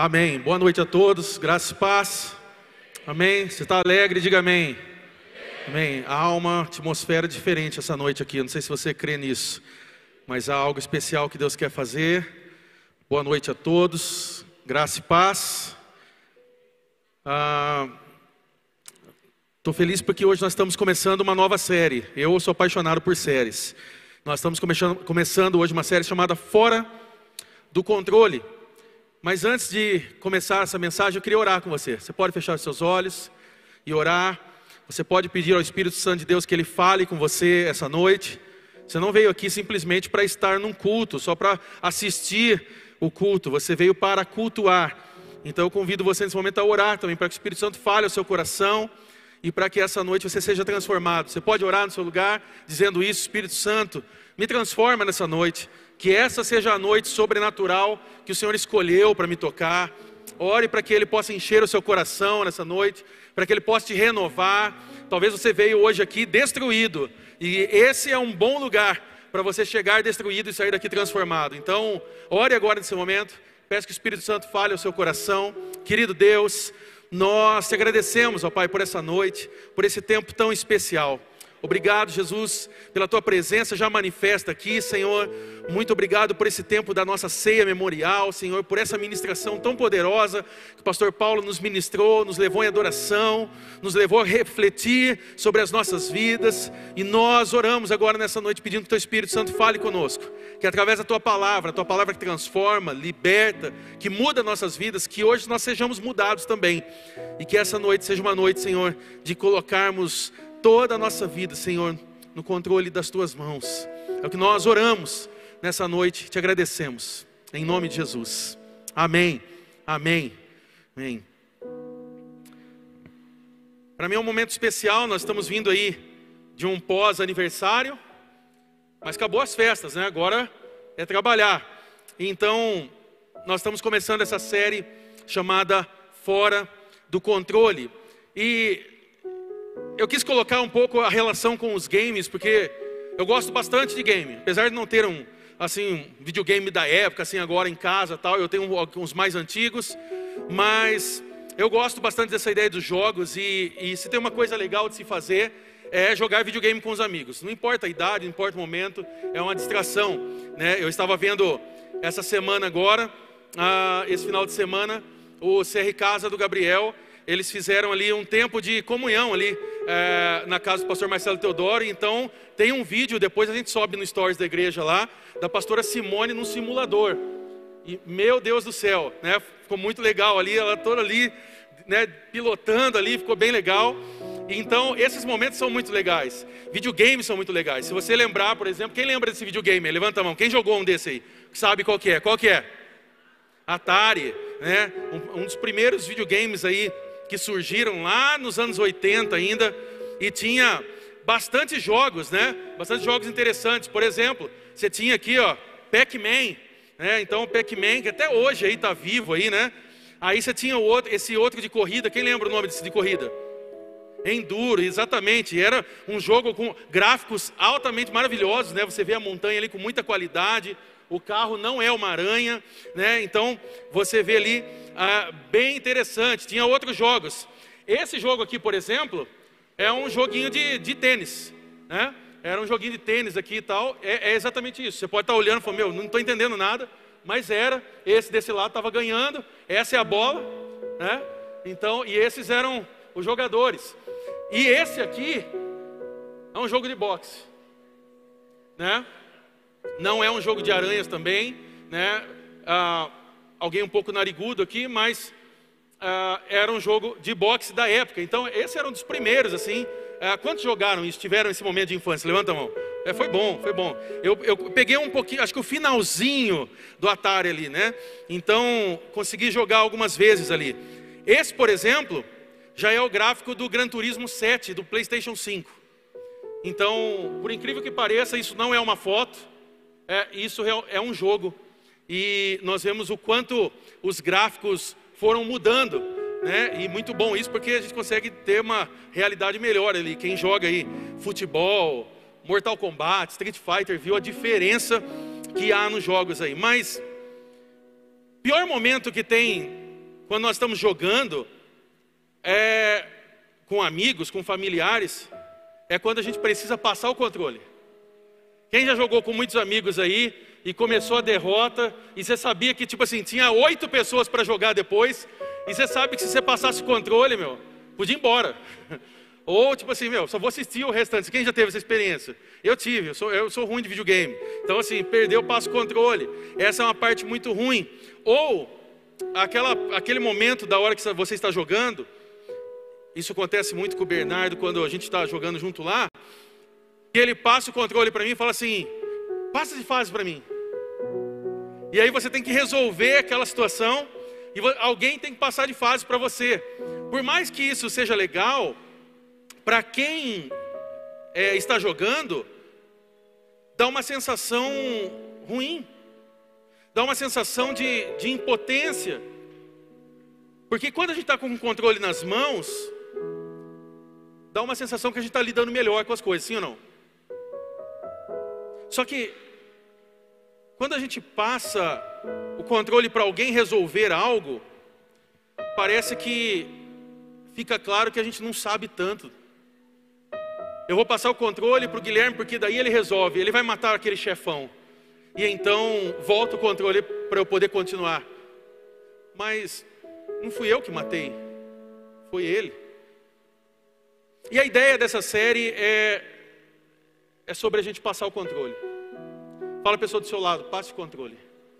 Amém. Boa noite a todos, graça e paz. Amém. Você está alegre? Diga amém. Amém. Há uma atmosfera diferente essa noite aqui. Eu não sei se você crê nisso, mas há algo especial que Deus quer fazer. Boa noite a todos, graça e paz. Estou feliz porque hoje nós estamos começando uma nova série. Eu sou apaixonado por séries. Nós estamos começando hoje uma série chamada Fora do Controle. Mas antes de começar essa mensagem, eu queria orar com você. Você pode fechar os seus olhos e orar. Você pode pedir ao Espírito Santo de Deus que Ele fale com você essa noite. Você não veio aqui simplesmente para estar num culto, só para assistir o culto. Você veio para cultuar. Então eu convido você nesse momento a orar também, para que o Espírito Santo fale ao seu coração e para que essa noite você seja transformado. Você pode orar no seu lugar, dizendo isso: Espírito Santo, me transforma nessa noite. Que essa seja a noite sobrenatural que o Senhor escolheu para me tocar. Ore para que Ele possa encher o seu coração nessa noite, para que Ele possa te renovar. Talvez você veio hoje aqui destruído, e esse é um bom lugar para você chegar destruído e sair daqui transformado. Então, ore agora nesse momento. Peço que o Espírito Santo fale ao seu coração. Querido Deus, nós te agradecemos, ó Pai, por essa noite, por esse tempo tão especial. Obrigado, Jesus, pela Tua presença já manifesta aqui, Senhor. Muito obrigado por esse tempo da nossa ceia memorial, Senhor, por essa ministração tão poderosa que o pastor Paulo nos ministrou, nos levou em adoração, nos levou a refletir sobre as nossas vidas. E nós oramos agora nessa noite pedindo que o Teu Espírito Santo fale conosco, que através da Tua palavra que transforma, liberta, que muda nossas vidas, que hoje nós sejamos mudados também. E que essa noite seja uma noite, Senhor, de colocarmos toda a nossa vida, Senhor, no controle das Tuas mãos. É o que nós oramos nessa noite, te agradecemos, em nome de Jesus. Amém, amém, amém. Para mim é um momento especial. Nós estamos vindo aí de um pós-aniversário, mas acabou as festas, né? Agora é trabalhar. Então, nós estamos começando essa série chamada Fora do Controle. E eu quis colocar um pouco a relação com os games, porque eu gosto bastante de game. Apesar de não ter um videogame da época, assim, agora em casa tal, eu tenho uns mais antigos, mas eu gosto bastante dessa ideia dos jogos, e se tem uma coisa legal de se fazer, é jogar videogame com os amigos. Não importa a idade, não importa o momento, é uma distração, né? Eu estava vendo essa semana agora, esse final de semana, o CR Casa do Gabriel. Eles fizeram ali um tempo de comunhão ali na casa do pastor Marcelo Teodoro. Então tem um vídeo, depois a gente sobe no stories da igreja lá, da pastora Simone num simulador. E meu Deus do céu, né? Ficou muito legal ali, ela toda ali, né, pilotando ali, ficou bem legal. Então esses momentos são muito legais. Videogames são muito legais. Se você lembrar, por exemplo, quem lembra desse videogame? Levanta a mão. Quem jogou um desse aí? Sabe qual que é? Qual que é? Atari, né? Um dos primeiros videogames aí que surgiram lá nos anos 80 ainda, e tinha bastante jogos, né? Bastante jogos interessantes. Por exemplo, você tinha aqui, ó, Pac-Man, né? Então o Pac-Man, que até hoje aí tá vivo aí, né? Aí você tinha esse outro de corrida. Quem lembra o nome desse de corrida? Enduro, exatamente. Era um jogo com gráficos altamente maravilhosos, né? Você vê a montanha ali com muita qualidade. O carro não é uma aranha, né? Então você vê ali, bem interessante. Tinha outros jogos. Esse jogo aqui, por exemplo, é um joguinho de tênis, né? Era um joguinho de tênis aqui e tal. É exatamente isso. Você pode estar olhando e falar: meu, não estou entendendo nada. Mas esse desse lado estava ganhando. Essa é a bola, né? Então, e esses eram os jogadores. E esse aqui é um jogo de boxe, né? Não é um jogo de aranhas também, né? Alguém um pouco narigudo aqui, mas era um jogo de boxe da época. Então esse era um dos primeiros, assim. Quantos jogaram isso, tiveram esse momento de infância? Levanta a mão. Foi bom, foi bom. Eu peguei um pouquinho, acho que o finalzinho do Atari ali, né? Então consegui jogar algumas vezes ali. Esse, por exemplo, já é o gráfico do Gran Turismo 7 do PlayStation 5. Então, por incrível que pareça, isso não é uma foto. Isso é um jogo. E nós vemos o quanto os gráficos foram mudando, né? E muito bom isso, porque a gente consegue ter uma realidade melhor ali. Quem joga aí futebol, Mortal Kombat, Street Fighter, viu a diferença que há nos jogos aí. Mas pior momento que tem quando nós estamos jogando, com amigos, com familiares, é quando a gente precisa passar o controle. Quem já jogou com muitos amigos aí e começou a derrota, e você sabia que, tipo assim, tinha 8 pessoas para jogar depois, e você sabe que se você passasse o controle, podia ir embora. Ou, tipo assim, só vou assistir o restante. Quem já teve essa experiência? Eu tive, eu sou ruim de videogame. Então, assim, perdeu, passa o controle. Essa é uma parte muito ruim. Ou, aquele momento da hora que você está jogando, isso acontece muito com o Bernardo, quando a gente está jogando junto lá, e ele passa o controle para mim e fala assim, passa de fase para mim. E aí você tem que resolver aquela situação, e alguém tem que passar de fase para você. Por mais que isso seja legal, para quem está jogando, dá uma sensação ruim, dá uma sensação de impotência, porque quando a gente está com o controle nas mãos, dá uma sensação que a gente está lidando melhor com as coisas, sim ou não? Só que, quando a gente passa o controle para alguém resolver algo, parece que fica claro que a gente não sabe tanto. Eu vou passar o controle para o Guilherme, porque daí ele resolve, ele vai matar aquele chefão. E então volta o controle para eu poder continuar. Mas não fui eu que matei, foi ele. E a ideia dessa série é sobre a gente passar o controle. Fala a pessoa do seu lado, passe o controle.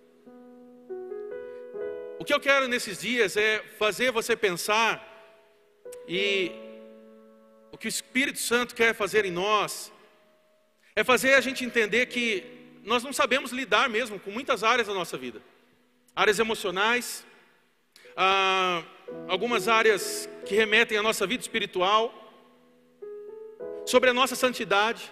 O que eu quero nesses dias é fazer você pensar, e o que o Espírito Santo quer fazer em nós, é fazer a gente entender que nós não sabemos lidar mesmo com muitas áreas da nossa vida. Áreas emocionais, algumas áreas que remetem à nossa vida espiritual, sobre a nossa santidade.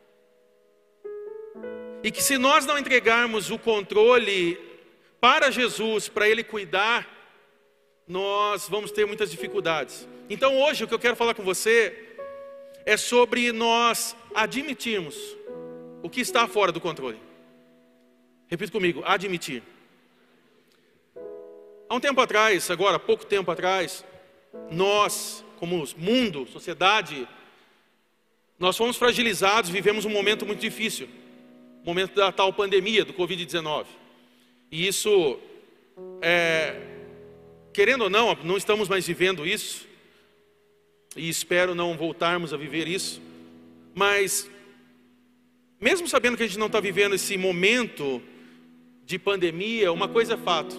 E que se nós não entregarmos o controle para Jesus, para Ele cuidar, nós vamos ter muitas dificuldades. Então hoje o que eu quero falar com você é sobre nós admitirmos o que está fora do controle. Repita comigo, admitir. Há um tempo atrás, agora, pouco tempo atrás, nós, como mundo, sociedade, nós fomos fragilizados, vivemos um momento muito difícil. O momento da tal pandemia, do Covid-19. E isso, querendo ou não, não estamos mais vivendo isso. E espero não voltarmos a viver isso. Mas, mesmo sabendo que a gente não está vivendo esse momento de pandemia, uma coisa é fato.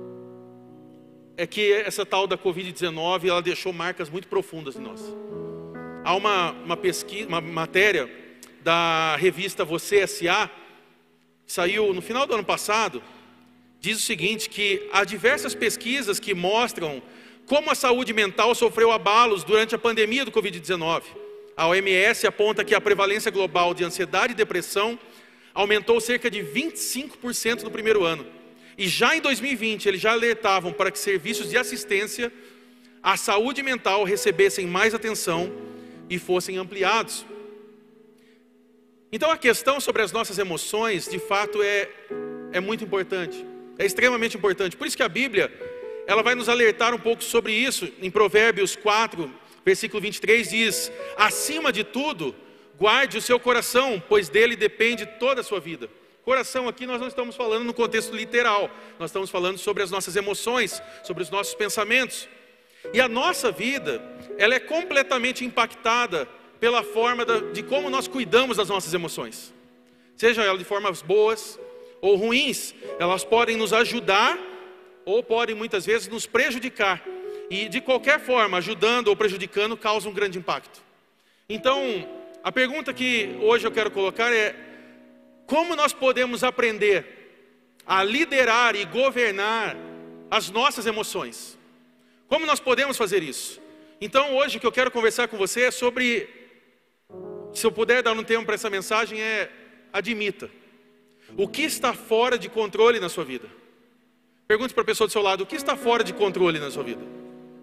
É que essa tal da Covid-19, ela deixou marcas muito profundas em nós. Há uma pesquisa, uma matéria da revista Você S.A., que saiu no final do ano passado, diz o seguinte, que há diversas pesquisas que mostram como a saúde mental sofreu abalos durante a pandemia do Covid-19. A OMS aponta que a prevalência global de ansiedade e depressão aumentou cerca de 25% no primeiro ano. E já em 2020, eles já alertavam para que serviços de assistência à saúde mental recebessem mais atenção e fossem ampliados. Então a questão sobre as nossas emoções, de fato, é muito importante, é extremamente importante. Por isso que a Bíblia, ela vai nos alertar um pouco sobre isso. Em Provérbios 4, versículo 23 diz: acima de tudo, guarde o seu coração, pois dele depende toda a sua vida. Coração aqui nós não estamos falando no contexto literal, nós estamos falando sobre as nossas emoções, sobre os nossos pensamentos. E a nossa vida, ela é completamente impactada pela forma de como nós cuidamos das nossas emoções. Sejam elas de formas boas ou ruins, elas podem nos ajudar ou podem muitas vezes nos prejudicar. E de qualquer forma, ajudando ou prejudicando, causa um grande impacto. Então, a pergunta que hoje eu quero colocar é: como nós podemos aprender a liderar e governar as nossas emoções? Como nós podemos fazer isso? Então hoje o que eu quero conversar com você é sobre, se eu puder dar um tempo para essa mensagem, admita. O que está fora de controle na sua vida? Pergunte para a pessoa do seu lado, o que está fora de controle na sua vida?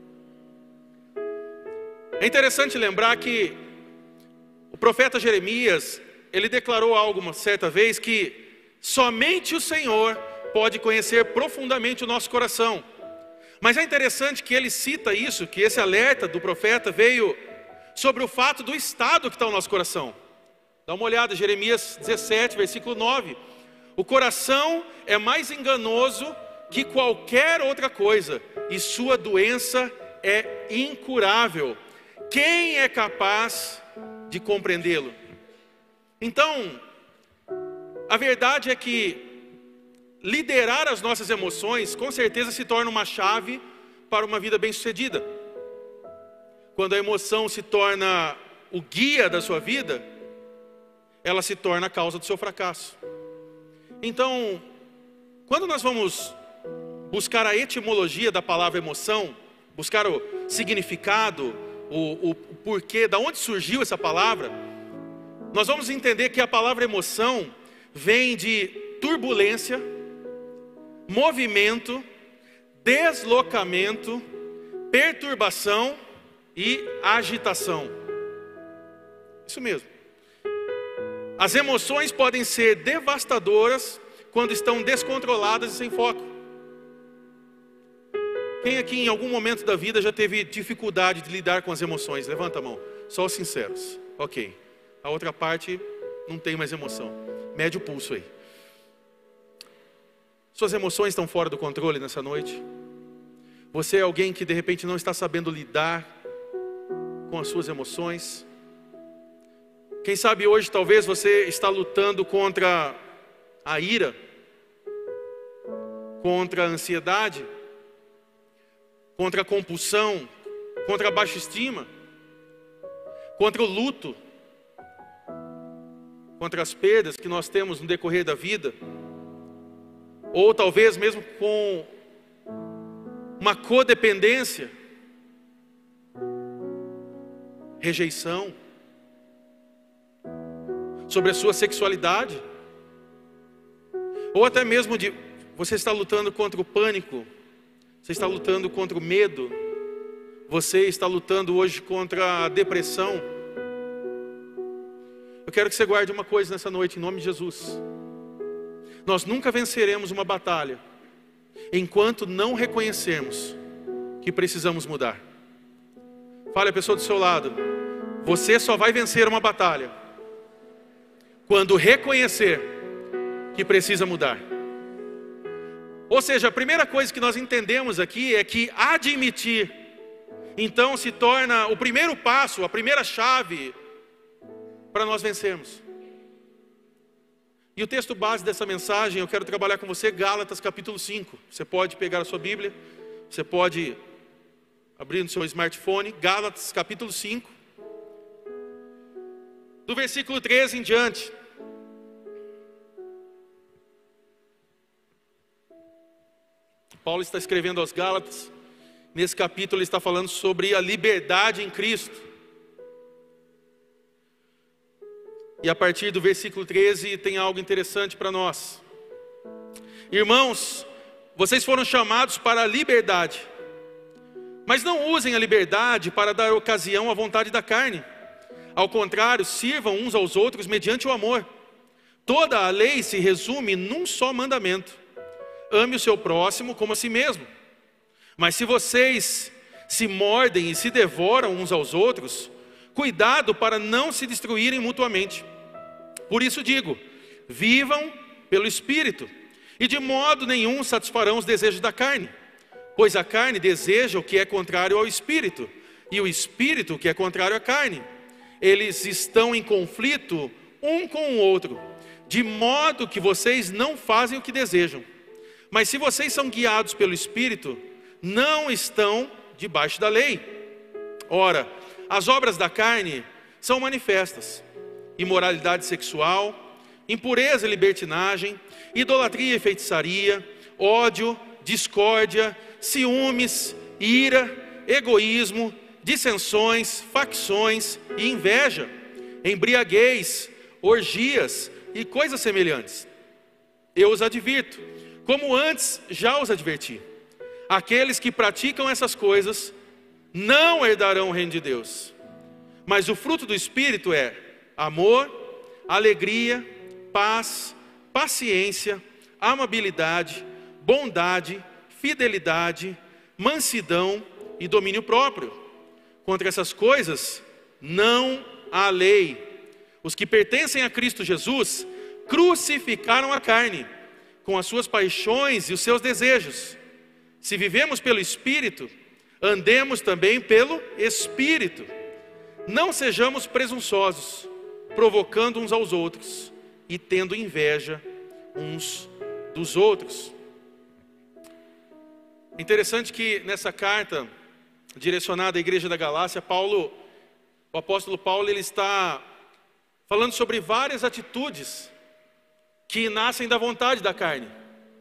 É interessante lembrar que o profeta Jeremias, ele declarou algo uma certa vez, que somente o Senhor pode conhecer profundamente o nosso coração. Mas é interessante que ele cita isso, que esse alerta do profeta veio sobre o fato do estado que está o nosso coração. Dá uma olhada, Jeremias 17, versículo 9. O coração é mais enganoso que qualquer outra coisa, e sua doença é incurável. Quem é capaz de compreendê-lo? Então, a verdade é que liderar as nossas emoções, com certeza se torna uma chave para uma vida bem-sucedida. Quando a emoção se torna o guia da sua vida, ela se torna a causa do seu fracasso. Então, quando nós vamos buscar a etimologia da palavra emoção, buscar o significado, o porquê, da onde surgiu essa palavra, nós vamos entender que a palavra emoção vem de turbulência, movimento, deslocamento, perturbação e agitação. Isso mesmo. As emoções podem ser devastadoras quando estão descontroladas e sem foco. Quem aqui em algum momento da vida já teve dificuldade de lidar com as emoções? Levanta a mão, só os sinceros. Ok, a outra parte não tem mais emoção. Mede o pulso aí. Suas emoções estão fora do controle nessa noite? Você é alguém que de repente não está sabendo lidar com as suas emoções? Quem sabe hoje talvez você está lutando contra a ira, contra a ansiedade, contra a compulsão, contra a baixa estima, contra o luto, contra as perdas que nós temos no decorrer da vida, ou talvez mesmo com uma codependência, rejeição, sobre a sua sexualidade, ou até mesmo você está lutando contra o pânico, você está lutando contra o medo, você está lutando hoje contra a depressão. Eu quero que você guarde uma coisa nessa noite, em nome de Jesus. Nós nunca venceremos uma batalha enquanto não reconhecermos que precisamos mudar. Fale a pessoa do seu lado: você só vai vencer uma batalha quando reconhecer que precisa mudar. Ou seja, a primeira coisa que nós entendemos aqui é que admitir, então, se torna o primeiro passo, a primeira chave para nós vencermos. E o texto base dessa mensagem, eu quero trabalhar com você, Gálatas capítulo 5. Você pode pegar a sua Bíblia, você pode abrir no seu smartphone, Gálatas capítulo 5, do versículo 13 em diante. Paulo está escrevendo aos Gálatas. Nesse capítulo ele está falando sobre a liberdade em Cristo. E a partir do versículo 13 tem algo interessante para nós. Irmãos, vocês foram chamados para a liberdade, mas não usem a liberdade para dar ocasião à vontade da carne. Ao contrário, sirvam uns aos outros mediante o amor. Toda a lei se resume num só mandamento: ame o seu próximo como a si mesmo. Mas se vocês se mordem e se devoram uns aos outros, cuidado para não se destruírem mutuamente. Por isso digo, vivam pelo Espírito, e de modo nenhum satisfarão os desejos da carne. Pois a carne deseja o que é contrário ao Espírito, e o Espírito o que é contrário à carne. Eles estão em conflito um com o outro, de modo que vocês não fazem o que desejam. Mas se vocês são guiados pelo Espírito, não estão debaixo da lei. Ora, as obras da carne são manifestas: imoralidade sexual, impureza e libertinagem, idolatria e feitiçaria, ódio, discórdia, ciúmes, ira, egoísmo, dissensões, facções e inveja, embriaguez, orgias e coisas semelhantes. Eu os advirto, como antes já os adverti: aqueles que praticam essas coisas não herdarão o reino de Deus. Mas o fruto do Espírito é amor, alegria, paz, paciência, amabilidade, bondade, fidelidade, mansidão e domínio próprio. Contra essas coisas não há lei. Os que pertencem a Cristo Jesus crucificaram a carne, com as suas paixões e os seus desejos. Se vivemos pelo Espírito, andemos também pelo Espírito. Não sejamos presunçosos, provocando uns aos outros e tendo inveja uns dos outros. Interessante que nessa carta direcionada à igreja da Galácia, o apóstolo Paulo, ele está falando sobre várias atitudes que nascem da vontade da carne.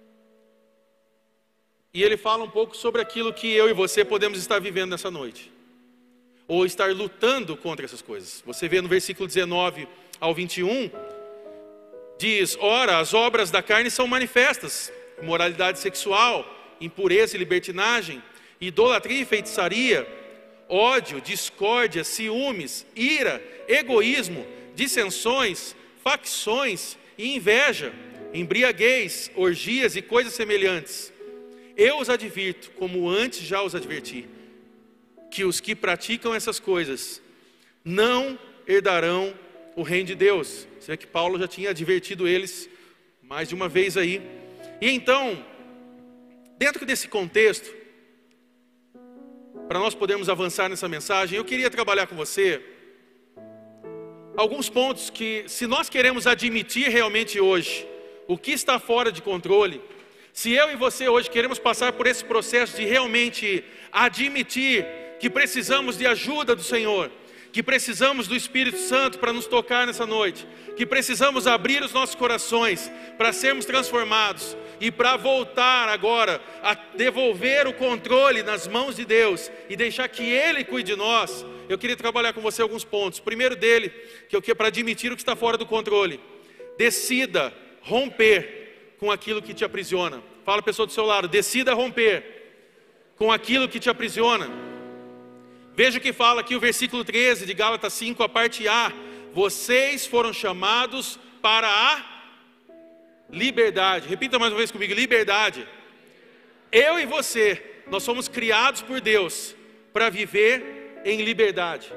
E ele fala um pouco sobre aquilo que eu e você podemos estar vivendo nessa noite, ou estar lutando contra essas coisas. Você vê no versículo 19 ao 21, diz: ora, as obras da carne são manifestas: imoralidade sexual, impureza e libertinagem, idolatria e feitiçaria, ódio, discórdia, ciúmes, ira, egoísmo, dissensões, facções e inveja, embriaguez, orgias e coisas semelhantes. Eu os advirto, como antes já os adverti, que os que praticam essas coisas não herdarão o reino de Deus. Você vê que Paulo já tinha advertido eles mais de uma vez aí. E então, dentro desse contexto, para nós podermos avançar nessa mensagem, eu queria trabalhar com você alguns pontos que, se nós queremos admitir realmente hoje o que está fora de controle, se eu e você hoje queremos passar por esse processo de realmente admitir que precisamos de ajuda do Senhor, que precisamos do Espírito Santo para nos tocar nessa noite, que precisamos abrir os nossos corações para sermos transformados e para voltar agora a devolver o controle nas mãos de Deus e deixar que Ele cuide de nós, eu queria trabalhar com você alguns pontos. O primeiro dele, que eu quero para admitir o que está fora do controle: decida romper com aquilo que te aprisiona. Fala a pessoa do seu lado: decida romper com aquilo que te aprisiona. Veja o que fala aqui o versículo 13 de Gálatas 5, a parte A: vocês foram chamados para a liberdade. Repita mais uma vez comigo: liberdade. Eu e você, nós somos criados por Deus para viver em liberdade.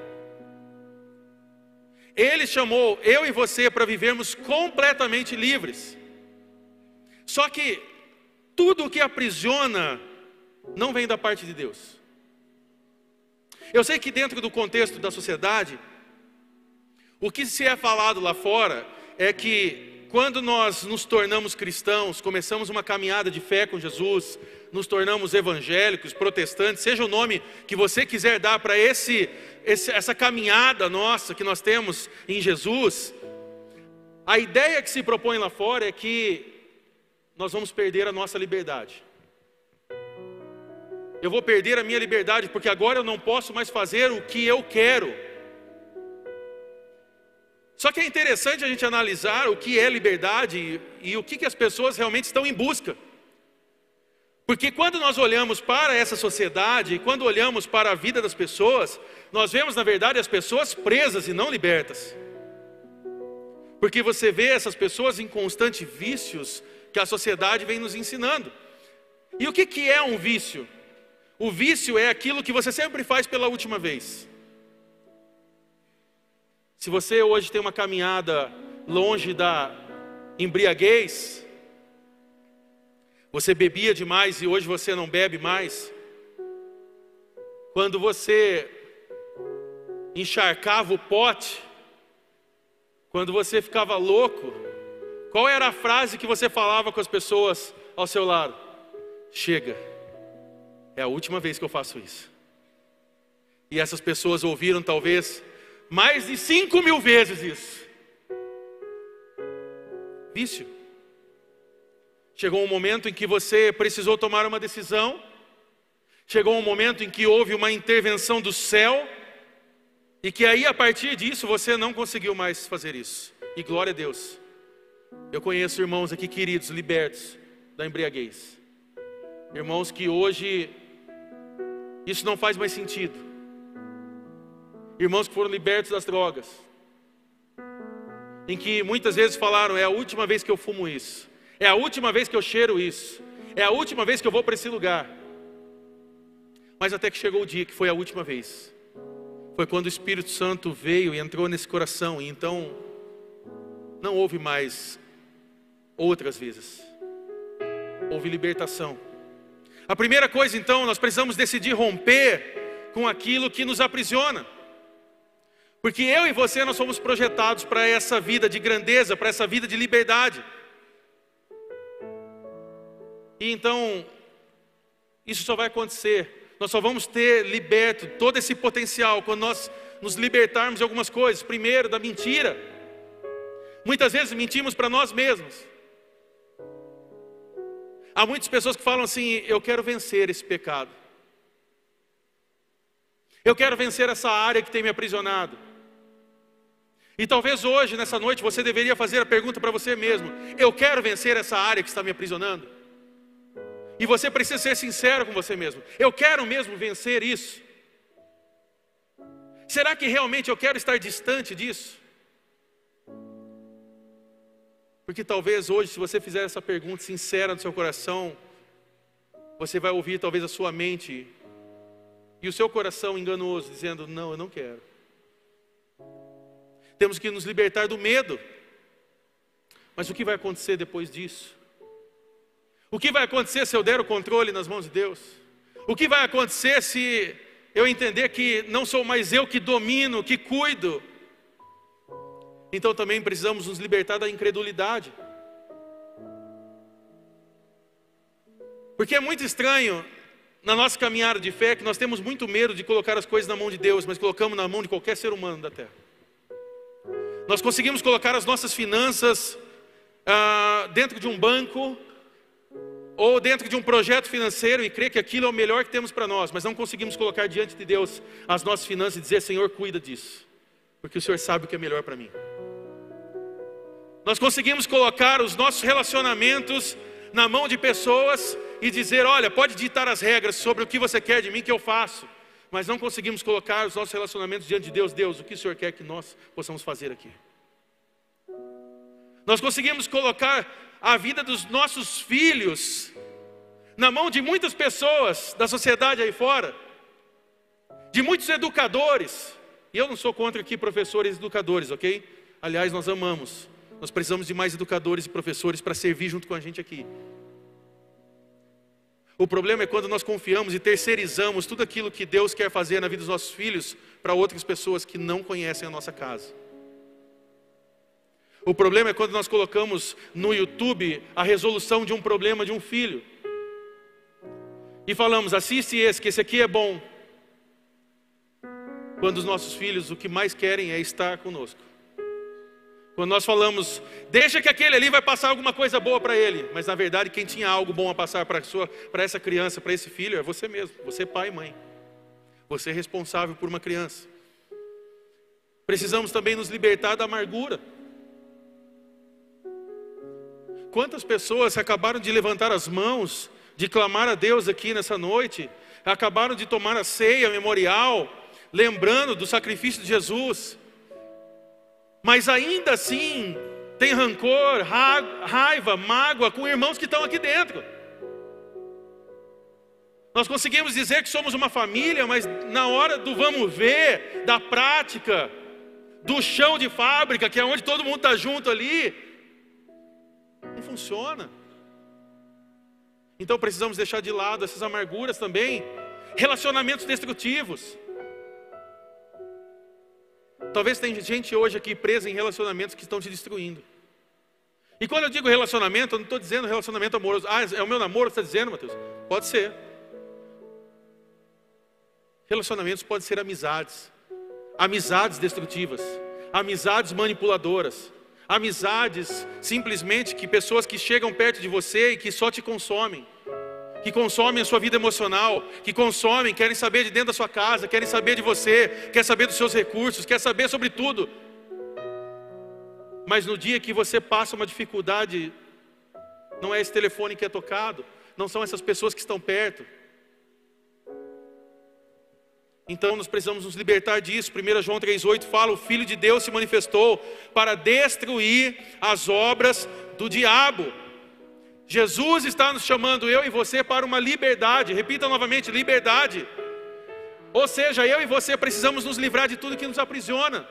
Ele chamou eu e você para vivermos completamente livres. Só que tudo o que aprisiona não vem da parte de Deus. Eu sei que dentro do contexto da sociedade, o que se é falado lá fora é que quando nós nos tornamos cristãos, começamos uma caminhada de fé com Jesus, nos tornamos evangélicos, protestantes, seja o nome que você quiser dar para essa caminhada nossa que nós temos em Jesus, a ideia que se propõe lá fora é que nós vamos perder a nossa liberdade. Eu vou perder a minha liberdade porque agora eu não posso mais fazer o que eu quero. Só que é interessante a gente analisar o que é liberdade e o que as pessoas realmente estão em busca. Porque quando nós olhamos para essa sociedade, quando olhamos para a vida das pessoas, nós vemos na verdade as pessoas presas e não libertas. Porque você vê essas pessoas em constantes vícios que a sociedade vem nos ensinando. E o que é um vício? O vício é aquilo que você sempre faz pela última vez. Se você hoje tem uma caminhada longe da embriaguez, você bebia demais e hoje você não bebe mais. Quando você encharcava o pote, quando você ficava louco, qual era a frase que você falava com as pessoas ao seu lado? Chega, é a última vez que eu faço isso. E essas pessoas ouviram talvez mais de 5.000 vezes isso. Vício. Chegou um momento em que você precisou tomar uma decisão. Chegou um momento em que houve uma intervenção do céu. E que aí a partir disso você não conseguiu mais fazer isso. E glória a Deus. Eu conheço irmãos aqui queridos, libertos da embriaguez. Irmãos que hoje isso não faz mais sentido. Irmãos que foram libertos das drogas, em que muitas vezes falaram: é a última vez que eu fumo isso, é a última vez que eu cheiro isso, é a última vez que eu vou para esse lugar. Mas até que chegou o dia que foi a última vez. Foi quando o Espírito Santo veio e entrou nesse coração. E então não houve mais outras vezes. Houve libertação. A primeira coisa então, nós precisamos decidir romper com aquilo que nos aprisiona. Porque eu e você, nós somos projetados para essa vida de grandeza, para essa vida de liberdade. E então, isso só vai acontecer, nós só vamos ter liberto todo esse potencial quando nós nos libertarmos de algumas coisas. Primeiro, da mentira. Muitas vezes mentimos para nós mesmos. Há muitas pessoas que falam assim: eu quero vencer esse pecado. Eu quero vencer essa área que tem me aprisionado. E talvez hoje, nessa noite, você deveria fazer a pergunta para você mesmo: eu quero vencer essa área que está me aprisionando? E você precisa ser sincero com você mesmo: eu quero mesmo vencer isso? Será que realmente eu quero estar distante disso? Porque talvez hoje, se você fizer essa pergunta sincera no seu coração, você vai ouvir talvez a sua mente e o seu coração enganoso dizendo: não, eu não quero. Temos que nos libertar do medo. Mas o que vai acontecer depois disso? O que vai acontecer se eu der o controle nas mãos de Deus? O que vai acontecer se eu entender que não sou mais eu que domino, que cuido? Então também precisamos nos libertar da incredulidade. Porque é muito estranho na nossa caminhada de fé que nós temos muito medo de colocar as coisas na mão de Deus, mas colocamos na mão de qualquer ser humano da terra. Nós conseguimos colocar as nossas finanças dentro de um banco ou dentro de um projeto financeiro e crer que aquilo é o melhor que temos para nós, mas não conseguimos colocar diante de Deus as nossas finanças e dizer: Senhor, cuida disso, porque o Senhor sabe o que é melhor para mim. Nós conseguimos colocar os nossos relacionamentos na mão de pessoas e dizer: olha, pode ditar as regras sobre o que você quer de mim que eu faço. Mas não conseguimos colocar os nossos relacionamentos diante de Deus. Deus, o que o Senhor quer que nós possamos fazer aqui? Nós conseguimos colocar a vida dos nossos filhos na mão de muitas pessoas da sociedade aí fora, de muitos educadores. E eu não sou contra aqui professores e educadores, ok? Aliás, nós amamos. Nós precisamos de mais educadores e professores para servir junto com a gente aqui. O problema é quando nós confiamos e terceirizamos tudo aquilo que Deus quer fazer na vida dos nossos filhos para outras pessoas que não conhecem a nossa casa. O problema é quando nós colocamos no YouTube a resolução de um problema de um filho e falamos: assiste esse, que esse aqui é bom. Quando os nossos filhos o que mais querem é estar conosco. Quando nós falamos: deixa que aquele ali vai passar alguma coisa boa para ele. Mas na verdade quem tinha algo bom a passar para essa criança, para esse filho, é você mesmo. Você, pai e mãe. Você é responsável por uma criança. Precisamos também nos libertar da amargura. Quantas pessoas acabaram de levantar as mãos, de clamar a Deus aqui nessa noite, acabaram de tomar a ceia memorial, lembrando do sacrifício de Jesus, mas ainda assim tem rancor, raiva, mágoa com irmãos que estão aqui dentro. Nós conseguimos dizer que somos uma família, mas na hora do vamos ver, da prática, do chão de fábrica, que é onde todo mundo está junto ali, não funciona. Então precisamos deixar de lado essas amarguras também. Relacionamentos destrutivos. Talvez tenha gente hoje aqui presa em relacionamentos que estão te destruindo. E quando eu digo relacionamento, eu não estou dizendo relacionamento amoroso. Ah, é o meu namoro que você está dizendo, Mateus? Pode ser. Relacionamentos podem ser amizades. Amizades destrutivas. Amizades manipuladoras. Amizades simplesmente que pessoas que chegam perto de você e que só te consomem. Que consomem a sua vida emocional, que consomem, querem saber de dentro da sua casa, querem saber de você, querem saber dos seus recursos, querem saber sobre tudo. Mas no dia que você passa uma dificuldade, não é esse telefone que é tocado, não são essas pessoas que estão perto. Então nós precisamos nos libertar disso. 1 João 3,8 fala: o Filho de Deus se manifestou para destruir as obras do diabo. Jesus está nos chamando, eu e você, para uma liberdade. Repita novamente: liberdade. Ou seja, eu e você precisamos nos livrar de tudo que nos aprisiona.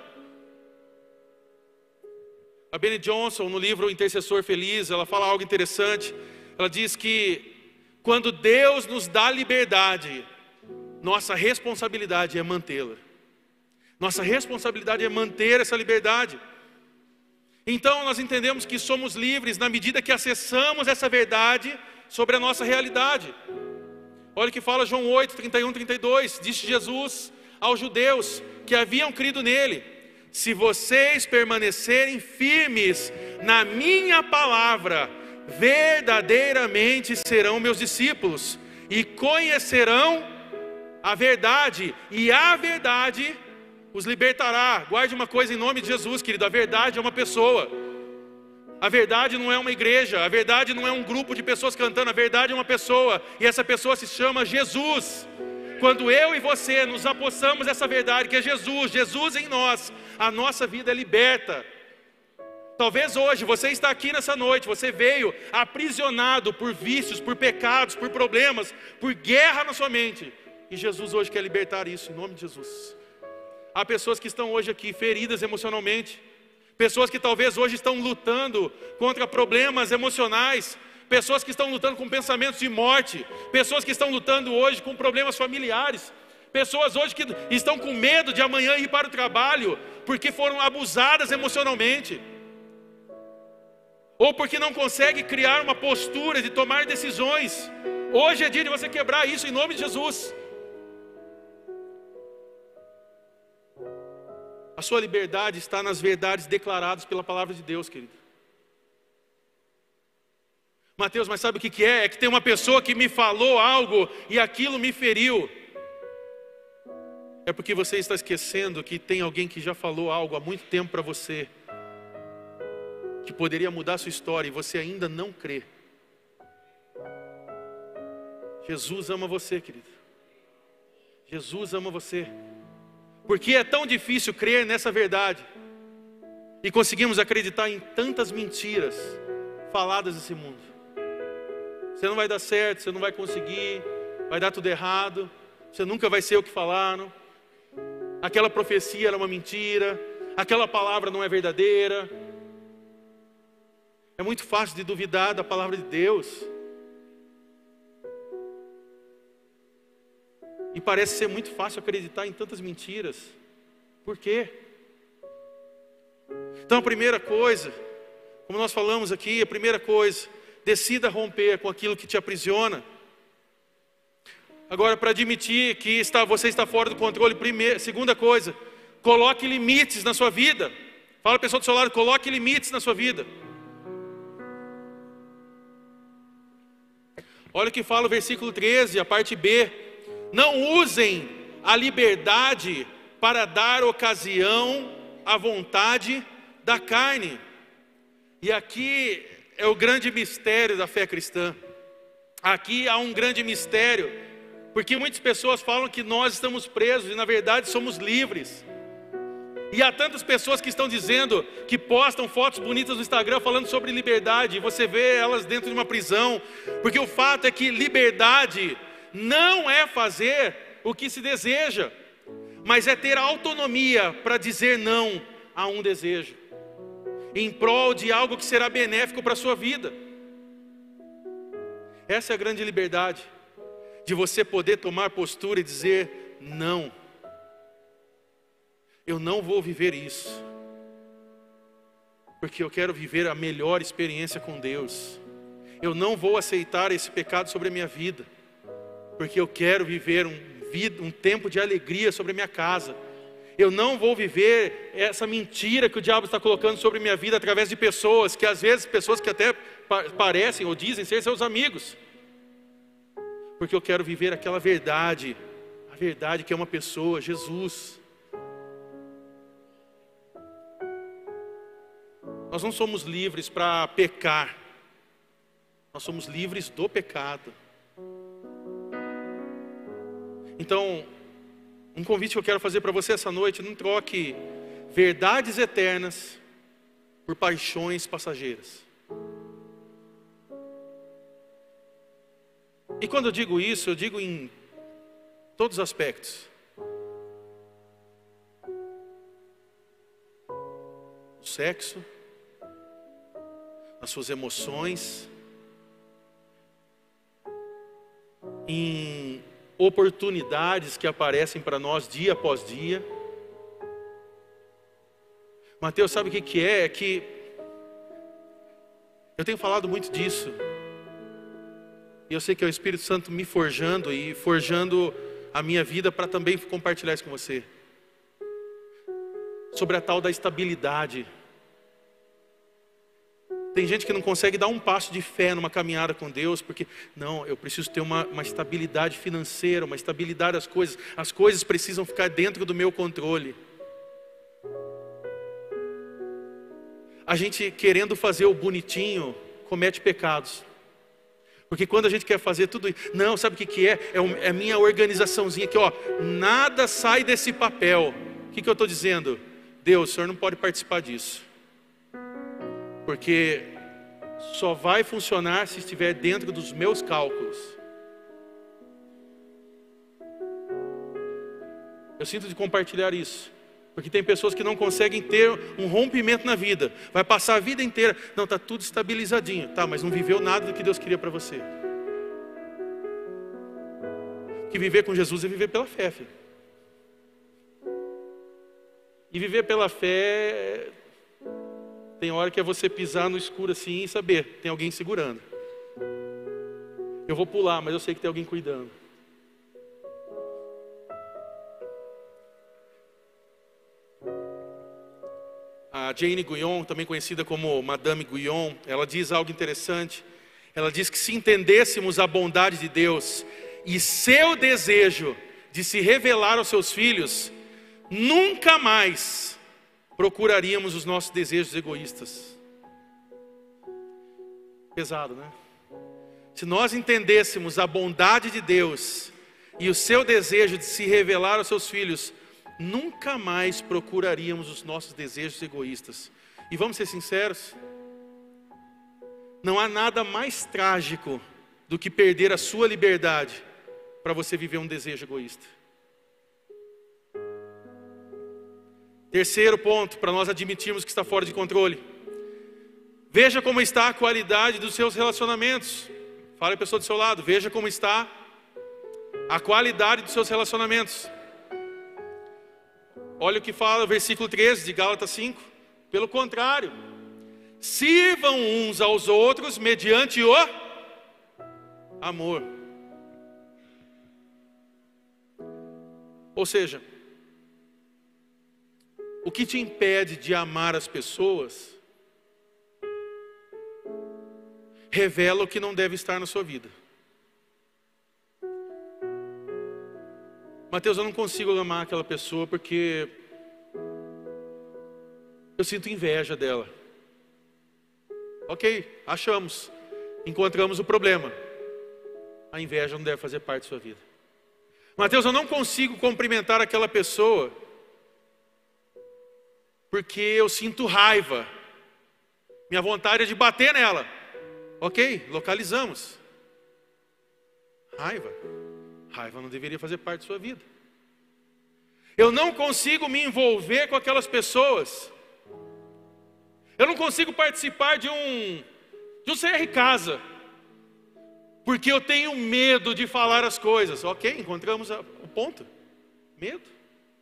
A Beni Johnson, no livro Intercessor Feliz, ela fala algo interessante. Ela diz que quando Deus nos dá liberdade, nossa responsabilidade é mantê-la. Nossa responsabilidade é manter essa liberdade. Então nós entendemos que somos livres na medida que acessamos essa verdade sobre a nossa realidade. Olha o que fala João 8, 31, 32. Disse Jesus aos judeus que haviam crido nele: se vocês permanecerem firmes na minha palavra, verdadeiramente serão meus discípulos e conhecerão a verdade, e a verdade os libertará. Guarde uma coisa em nome de Jesus, querido: a verdade é uma pessoa. A verdade não é uma igreja, a verdade não é um grupo de pessoas cantando, a verdade é uma pessoa, e essa pessoa se chama Jesus. Quando eu e você nos apossamos dessa verdade que é Jesus, Jesus em nós, a nossa vida é liberta. Talvez hoje você está aqui nessa noite, você veio aprisionado por vícios, por pecados, por problemas, por guerra na sua mente, e Jesus hoje quer libertar isso em nome de Jesus. Há pessoas que estão hoje aqui feridas emocionalmente, pessoas que talvez hoje estão lutando contra problemas emocionais, pessoas que estão lutando com pensamentos de morte, pessoas que estão lutando hoje com problemas familiares, pessoas hoje que estão com medo de amanhã ir para o trabalho, porque foram abusadas emocionalmente, ou porque não conseguem criar uma postura de tomar decisões. Hoje é dia de você quebrar isso em nome de Jesus. A sua liberdade está nas verdades declaradas pela palavra de Deus, querido. Mateus, mas sabe o que é? É que tem uma pessoa que me falou algo e aquilo me feriu. É porque você está esquecendo que tem alguém que já falou algo há muito tempo para você, que poderia mudar a sua história, e você ainda não crê. Jesus ama você, querido. Jesus ama você. Porque é tão difícil crer nessa verdade e conseguimos acreditar em tantas mentiras faladas nesse mundo. Você não vai dar certo, você não vai conseguir, vai dar tudo errado, você nunca vai ser o que falaram, aquela profecia era uma mentira, aquela palavra não é verdadeira. É muito fácil de duvidar da palavra de Deus. E parece ser muito fácil acreditar em tantas mentiras. Por quê? Então a primeira coisa, como nós falamos aqui, a primeira coisa, decida romper com aquilo que te aprisiona. Agora, para admitir que você está fora do controle, segunda coisa, coloque limites na sua vida. Fala a pessoa do seu lado: coloque limites na sua vida. Olha o que fala o versículo 13, a parte B. Não usem a liberdade para dar ocasião à vontade da carne. E aqui é o grande mistério da fé cristã. Aqui há um grande mistério, porque muitas pessoas falam que nós estamos presos e na verdade somos livres. E há tantas pessoas que estão dizendo, que postam fotos bonitas no Instagram falando sobre liberdade, e você vê elas dentro de uma prisão, porque o fato é que liberdade não é fazer o que se deseja, mas é ter autonomia para dizer não a um desejo, em prol de algo que será benéfico para a sua vida. Essa é a grande liberdade, de você poder tomar postura e dizer não. Eu não vou viver isso, porque eu quero viver a melhor experiência com Deus. Eu não vou aceitar esse pecado sobre a minha vida, porque eu quero viver um tempo de alegria sobre a minha casa. Eu não vou viver essa mentira que o diabo está colocando sobre a minha vida através de pessoas, que às vezes pessoas que até parecem ou dizem ser seus amigos. Porque eu quero viver aquela verdade, a verdade que é uma pessoa, Jesus. Nós não somos livres para pecar, nós somos livres do pecado. Então, um convite que eu quero fazer para você essa noite: não troque verdades eternas por paixões passageiras. E quando eu digo isso, eu digo em todos os aspectos. sexo, nas suas emoções, em oportunidades que aparecem para nós dia após dia. Mateus, sabe o que é? É que eu tenho falado muito disso, e eu sei que é o Espírito Santo me forjando e forjando a minha vida para também compartilhar isso com você, sobre a tal da estabilidade. Tem gente que não consegue dar um passo de fé numa caminhada com Deus, porque, não, eu preciso ter uma estabilidade financeira, uma estabilidade das coisas. As coisas precisam ficar dentro do meu controle. A gente querendo fazer o bonitinho, comete pecados. Porque quando a gente quer fazer tudo isso, não, sabe o que é? É a minha organizaçãozinha aqui, ó, nada sai desse papel. O que eu estou dizendo? Deus, o Senhor não pode participar disso. Porque só vai funcionar se estiver dentro dos meus cálculos. Eu sinto de compartilhar isso, porque tem pessoas que não conseguem ter um rompimento na vida. Vai passar a vida inteira, não, está tudo estabilizadinho. Tá, mas não viveu nada do que Deus queria para você. Que viver com Jesus é viver pela fé, filho. E viver pela fé, tem hora que é você pisar no escuro assim e saber, tem alguém segurando. Eu vou pular, mas eu sei que tem alguém cuidando. A Jane Guyon, também conhecida como Madame Guyon, ela diz algo interessante. Ela diz que se entendêssemos a bondade de Deus e seu desejo de se revelar aos seus filhos, nunca mais procuraríamos os nossos desejos egoístas. Pesado, né? Se nós entendêssemos a bondade de Deus e o seu desejo de se revelar aos seus filhos, nunca mais procuraríamos os nossos desejos egoístas. E vamos ser sinceros, não há nada mais trágico do que perder a sua liberdade para você viver um desejo egoísta. Terceiro ponto, para nós admitirmos que está fora de controle. Veja como está a qualidade dos seus relacionamentos. Fale a pessoa do seu lado, veja como está a qualidade dos seus relacionamentos. Olha o que fala o versículo 13 de Gálatas 5. Pelo contrário, sirvam uns aos outros mediante o amor. Ou seja, o que te impede de amar as pessoas revela o que não deve estar na sua vida. Mateus, eu não consigo amar aquela pessoa porque eu sinto inveja dela. Ok, achamos, encontramos o problema. A inveja não deve fazer parte da sua vida. Mateus, eu não consigo cumprimentar aquela pessoa porque eu sinto raiva. Minha vontade é de bater nela. Ok, localizamos. Raiva. Raiva não deveria fazer parte da sua vida. Eu não consigo me envolver com aquelas pessoas. Eu não consigo participar de um CR Casa, porque eu tenho medo de falar as coisas. Ok, encontramos o ponto. Medo.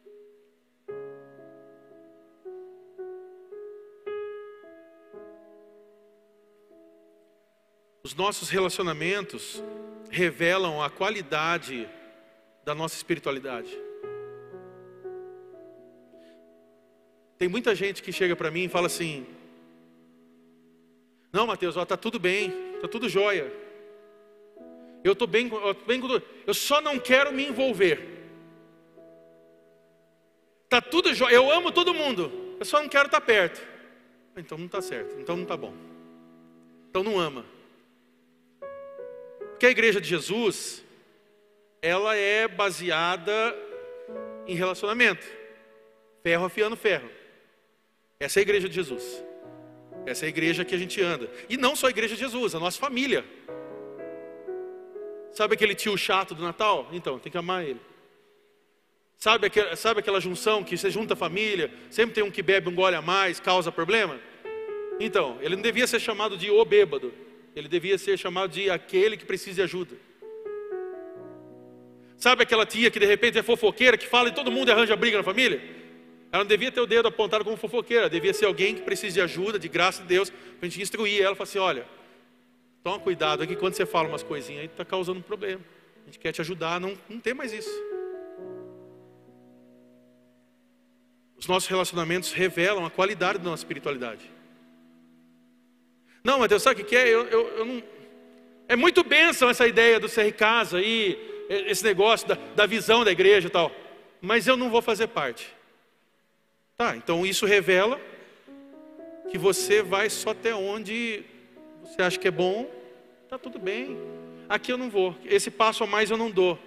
Os nossos relacionamentos revelam a qualidade da nossa espiritualidade. Tem muita gente que chega para mim e fala assim: não, Mateus, está tudo bem, está tudo jóia. Eu estou bem, eu só não quero me envolver. Está tudo jóia, eu amo todo mundo, eu só não quero estar perto. Então não está certo, então não está bom. Então não ama. Porque a igreja de Jesus, ela é baseada em relacionamento. Ferro afiando ferro. Essa é a igreja de Jesus. Essa é a igreja que a gente anda. E não só a igreja de Jesus, a nossa família. Sabe aquele tio chato do Natal? Então, tem que amar ele. Sabe aquela junção que você junta a família, sempre tem um que bebe um gole a mais, causa problema? Então, ele não devia ser chamado de o bêbado, ele devia ser chamado de aquele que precisa de ajuda. Sabe aquela tia que de repente é fofoqueira, que fala e todo mundo arranja briga na família? Ela não devia ter o dedo apontado como fofoqueira, devia ser alguém que precisa de ajuda, de graça de Deus, para a gente instruir ela, falar assim, olha, toma cuidado aqui quando você fala umas coisinhas aí, está causando um problema. A gente quer te ajudar, não tem mais isso. Os nossos relacionamentos revelam a qualidade da nossa espiritualidade. Não, mas Deus, sabe o que é? Eu não... É muito bênção essa ideia do ser casa aí, esse negócio da visão da igreja e tal. Mas eu não vou fazer parte. Tá, então isso revela que você vai só até onde você acha que é bom. Tá tudo bem. Aqui eu não vou. Esse passo a mais eu não dou.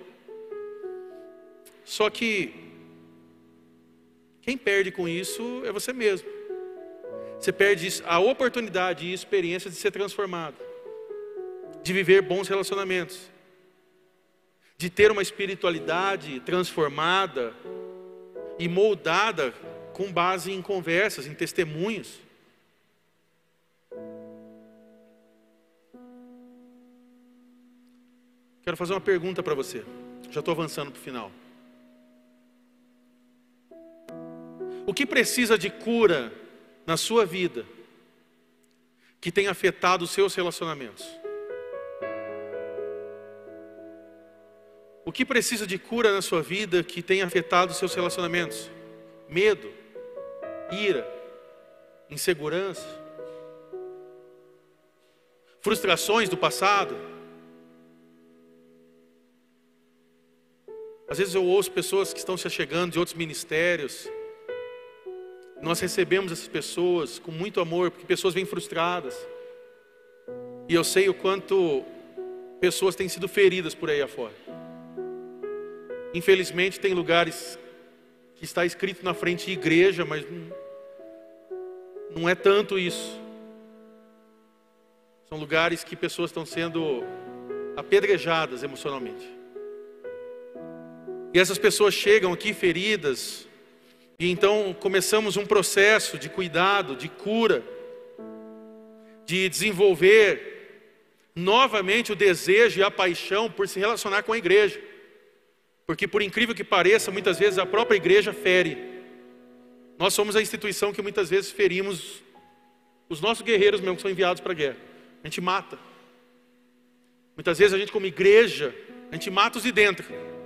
Só que quem perde com isso é você mesmo. Você perde a oportunidade e experiência de ser transformado, de viver bons relacionamentos, de ter uma espiritualidade transformada e moldada com base em conversas, em testemunhos. Quero fazer uma pergunta para você. Já estou avançando para o final. O que precisa de cura na sua vida que tem afetado os seus relacionamentos? O que precisa de cura na sua vida que tem afetado os seus relacionamentos? Medo, ira, insegurança, frustrações do passado. Às vezes eu ouço pessoas que estão se achegando de outros ministérios. Nós recebemos essas pessoas com muito amor, porque pessoas vêm frustradas. E eu sei o quanto pessoas têm sido feridas por aí afora. Infelizmente tem lugares que está escrito na frente de igreja, mas não é tanto isso. São lugares que pessoas estão sendo apedrejadas emocionalmente. E essas pessoas chegam aqui feridas, e então começamos um processo de cuidado, de cura, de desenvolver novamente o desejo e a paixão por se relacionar com a igreja. Porque por incrível que pareça, muitas vezes a própria igreja fere. Nós somos a instituição que muitas vezes ferimos os nossos guerreiros mesmo que são enviados para a guerra. A gente mata. Muitas vezes a gente como igreja, a gente mata os de dentro.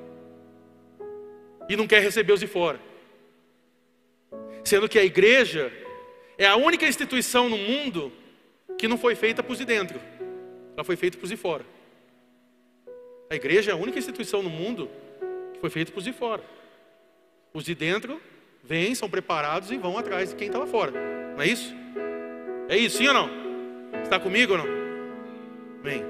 E não quer receber os de fora. Sendo que a igreja é a única instituição no mundo que não foi feita para os de dentro. Ela foi feita para os de fora. A igreja é a única instituição no mundo que foi feita para os de fora. Os de dentro vêm, são preparados e vão atrás de quem está lá fora. Não é isso? É isso, sim ou não? Está comigo ou não? Amém.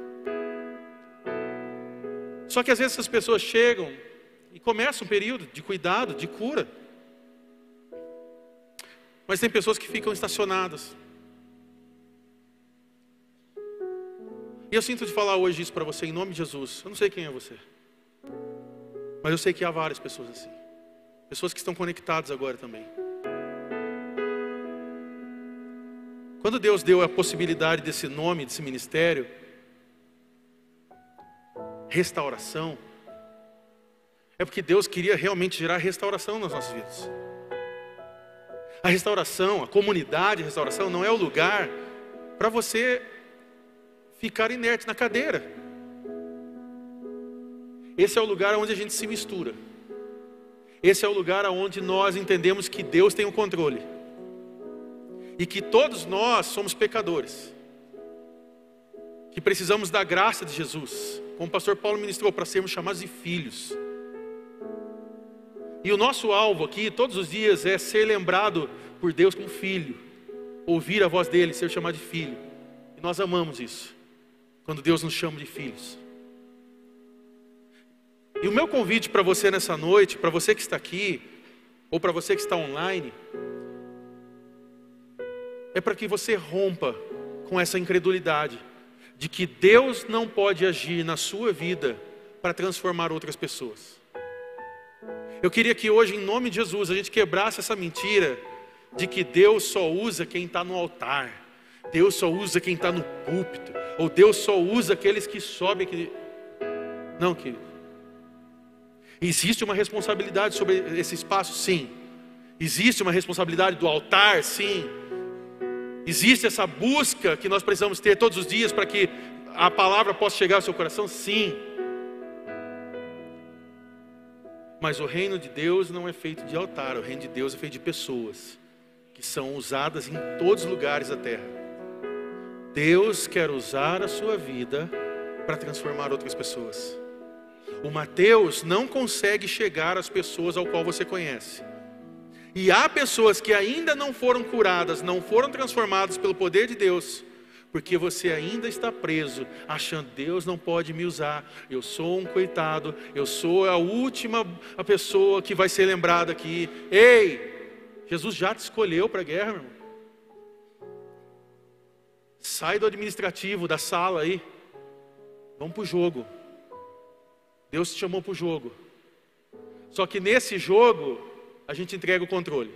Só que às vezes essas pessoas chegam e começam um período de cuidado, de cura. Mas tem pessoas que ficam estacionadas. E eu sinto de falar hoje isso para você em nome de Jesus. Eu não sei quem é você, mas eu sei que há várias pessoas assim. Pessoas que estão conectadas agora também. Quando Deus deu a possibilidade desse nome, desse ministério, restauração, é porque Deus queria realmente gerar restauração nas nossas vidas. A restauração, a comunidade de restauração não é o lugar para você ficar inerte na cadeira. Esse é o lugar onde a gente se mistura. Esse é o lugar onde nós entendemos que Deus tem o controle. E que todos nós somos pecadores. Que precisamos da graça de Jesus. Como o pastor Paulo ministrou, para sermos chamados de filhos. E o nosso alvo aqui, todos os dias, é ser lembrado por Deus como filho. Ouvir a voz dele, ser chamado de filho. E nós amamos isso. Quando Deus nos chama de filhos. E o meu convite para você nessa noite, para você que está aqui, ou para você que está online, é para que você rompa com essa incredulidade de que Deus não pode agir na sua vida para transformar outras pessoas. Eu queria que hoje, em nome de Jesus, a gente quebrasse essa mentira de que Deus só usa quem está no altar, Deus só usa quem está no púlpito, ou Deus só usa aqueles que sobem aqui. Não, querido. Existe uma responsabilidade sobre esse espaço? Sim. Existe uma responsabilidade do altar? Sim. Existe essa busca que nós precisamos ter todos os dias para que a palavra possa chegar ao seu coração? Sim. Mas o reino de Deus não é feito de altar, o reino de Deus é feito de pessoas que são usadas em todos os lugares da terra. Deus quer usar a sua vida para transformar outras pessoas. O Mateus não consegue chegar às pessoas ao qual você conhece. E há pessoas que ainda não foram curadas, não foram transformadas pelo poder de Deus, porque você ainda está preso, achando Deus não pode me usar, eu sou um coitado, eu sou a última pessoa que vai ser lembrada aqui. Ei, Jesus já te escolheu para a guerra, meu irmão. Sai do administrativo, da sala aí, vamos para o jogo. Deus te chamou para o jogo. Só que nesse jogo, a gente entrega o controle.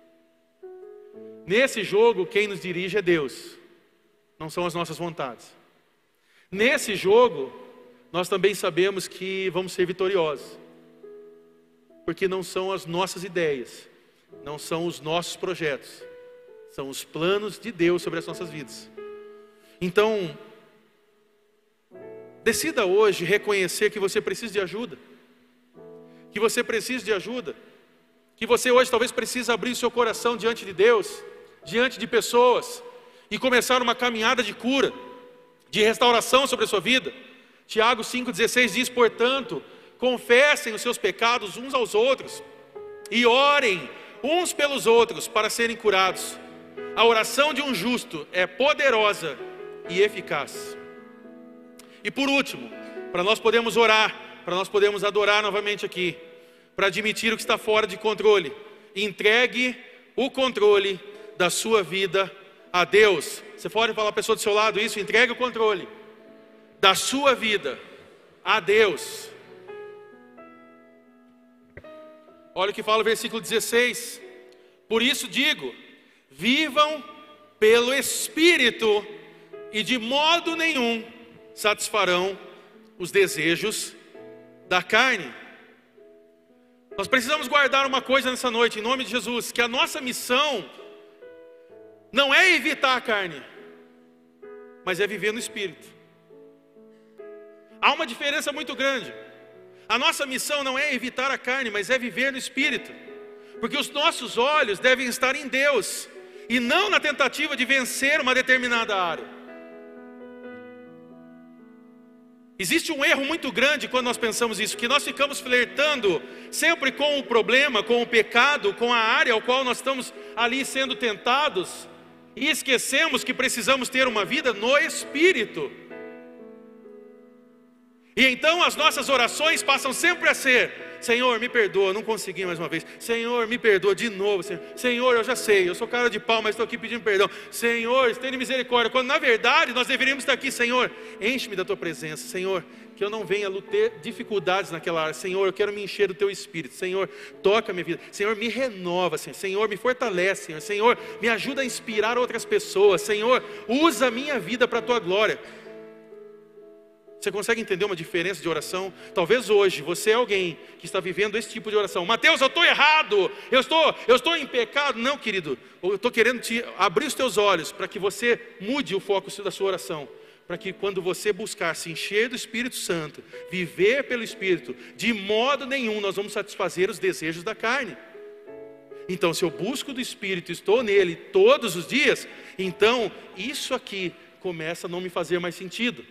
Nesse jogo, quem nos dirige é Deus, não são as nossas vontades. Nesse jogo, nós também sabemos que vamos ser vitoriosos, porque não são as nossas ideias, não são os nossos projetos, são os planos de Deus sobre as nossas vidas. Então, decida hoje reconhecer que você precisa de ajuda, que você precisa de ajuda, que você hoje talvez precise abrir o seu coração diante de Deus, diante de pessoas, e começar uma caminhada de cura, de restauração sobre a sua vida. Tiago 5,16 diz: portanto, confessem os seus pecados uns aos outros, e orem uns pelos outros para serem curados. A oração de um justo é poderosa e eficaz. E por último, para nós podermos orar, para nós podermos adorar novamente aqui, para admitir o que está fora de controle, entregue o controle da sua vida a Deus. Você pode falar para a pessoa do seu lado isso? Entregue o controle da sua vida a Deus. Olha o que fala o versículo 16: por isso digo, vivam pelo Espírito, e de modo nenhum satisfarão os desejos da carne. Nós precisamos guardar uma coisa nessa noite, em nome de Jesus, que a nossa missão não é evitar a carne, mas é viver no Espírito. Há uma diferença muito grande. A nossa missão não é evitar a carne, mas é viver no Espírito, porque os nossos olhos devem estar em Deus, e não na tentativa de vencer uma determinada área. Existe um erro muito grande quando nós pensamos isso, que nós ficamos flertando sempre com o problema, com o pecado, com a área ao qual nós estamos ali sendo tentados, e esquecemos que precisamos ter uma vida no Espírito. E então as nossas orações passam sempre a ser: Senhor, me perdoa, não consegui mais uma vez. Senhor, me perdoa de novo. Senhor, eu já sei, eu sou cara de pau, mas estou aqui pedindo perdão. Senhor, tenha misericórdia. Quando na verdade nós deveríamos estar aqui: Senhor, enche-me da tua presença. Senhor, que eu não venha ter dificuldades naquela área. Senhor, eu quero me encher do teu Espírito. Senhor, toca a minha vida. Senhor, me renova. Senhor, me fortalece. Senhor, me ajuda a inspirar outras pessoas. Senhor, usa a minha vida para a tua glória. Você consegue entender uma diferença de oração? Talvez hoje você é alguém que está vivendo esse tipo de oração. Mateus, eu estou errado, eu estou em pecado. Não, querido, eu estou querendo te abrir os teus olhos para que você mude o foco da sua oração, para que quando você buscar se encher do Espírito Santo, viver pelo Espírito, de modo nenhum nós vamos satisfazer os desejos da carne. Então, se eu busco do Espírito, estou nele todos os dias, então isso aqui começa a não me fazer mais sentido.